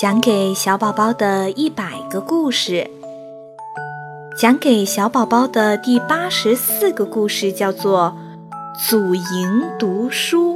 讲给小宝宝的100个故事。讲给小宝宝的第84个故事叫做祖营读书。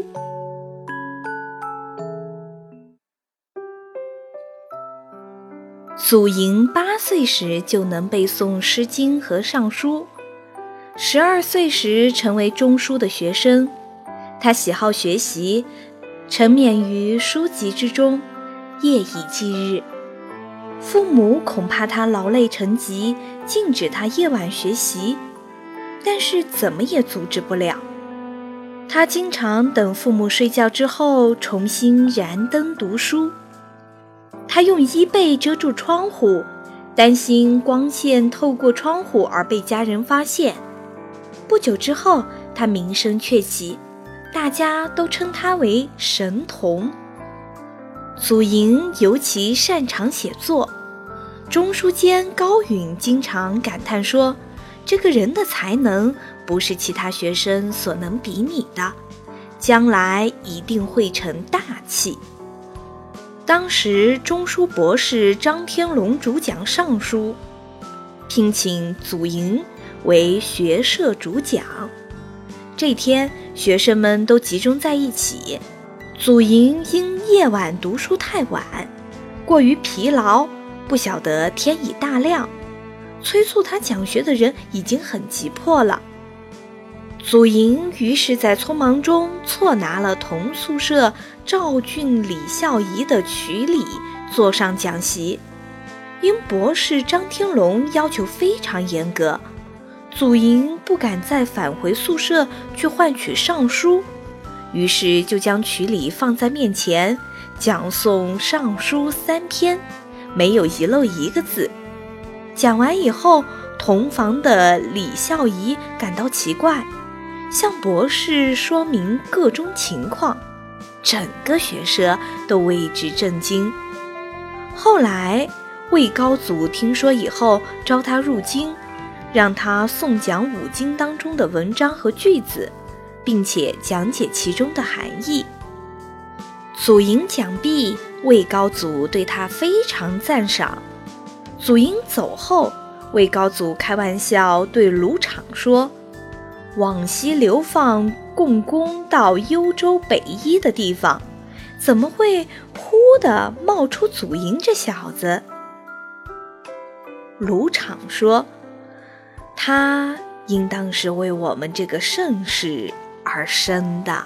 祖营8岁时就能背诵《诗经》和《尚书》，12岁时成为中书的学生。他喜好学习，沉湎于书籍之中，夜以继日。父母恐怕他劳累成疾，禁止他夜晚学习，但是怎么也阻止不了。他经常等父母睡觉之后，重新燃灯读书。他用衣被遮住窗户，担心光线透过窗户而被家人发现。不久之后，他名声鹊起，大家都称他为神童。祖营尤其擅长写作，中书监高允经常感叹说，这个人的才能不是其他学生所能比拟的，将来一定会成大器。当时中书博士张天龙主讲尚书，聘请祖营为学社主讲。这天学生们都集中在一起，祖营因夜晚读书太晚，过于疲劳，不晓得天已大亮，催促他讲学的人已经很急迫了。祖营于是在匆忙中错拿了同宿舍赵俊、李孝仪的曲礼，坐上讲席。因博士张天龙要求非常严格，祖营不敢再返回宿舍去换取尚书，于是就将曲礼放在面前，讲诵尚书3篇，没有遗漏一个字。讲完以后，同房的李孝仪感到奇怪，向博士说明个中情况，整个学社都为之震惊。后来魏高祖听说以后，召他入京，让他诵讲5经当中的文章和句子，并且讲解其中的含义。祖营讲毕，魏高祖对他非常赞赏。祖营走后，魏高祖开玩笑对卢敞说，往昔流放共工到幽州北夷的地方，怎么会忽地冒出祖营这小子？卢敞说，他应当是为我们这个盛世而生的。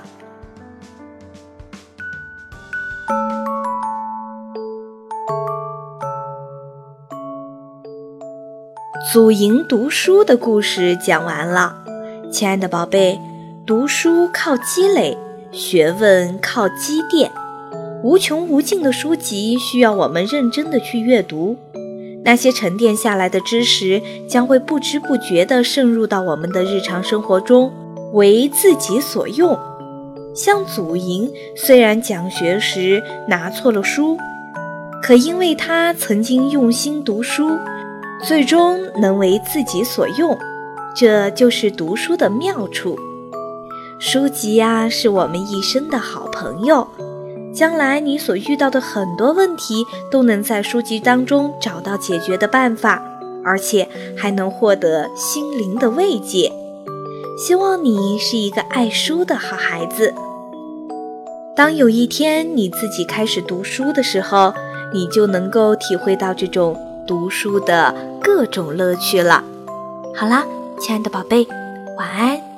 祖营读书的故事讲完了。亲爱的宝贝，读书靠积累，学问靠积淀，无穷无尽的书籍需要我们认真的去阅读。那些沉淀下来的知识将会不知不觉地渗入到我们的日常生活中，为自己所用。像祖营虽然讲学时拿错了书，可因为他曾经用心读书，最终能为自己所用，这就是读书的妙处。书籍是我们一生的好朋友，将来你所遇到的很多问题都能在书籍当中找到解决的办法，而且还能获得心灵的慰藉。希望你是一个爱书的好孩子。当有一天你自己开始读书的时候，你就能够体会到这种读书的各种乐趣了。好啦，亲爱的宝贝，晚安。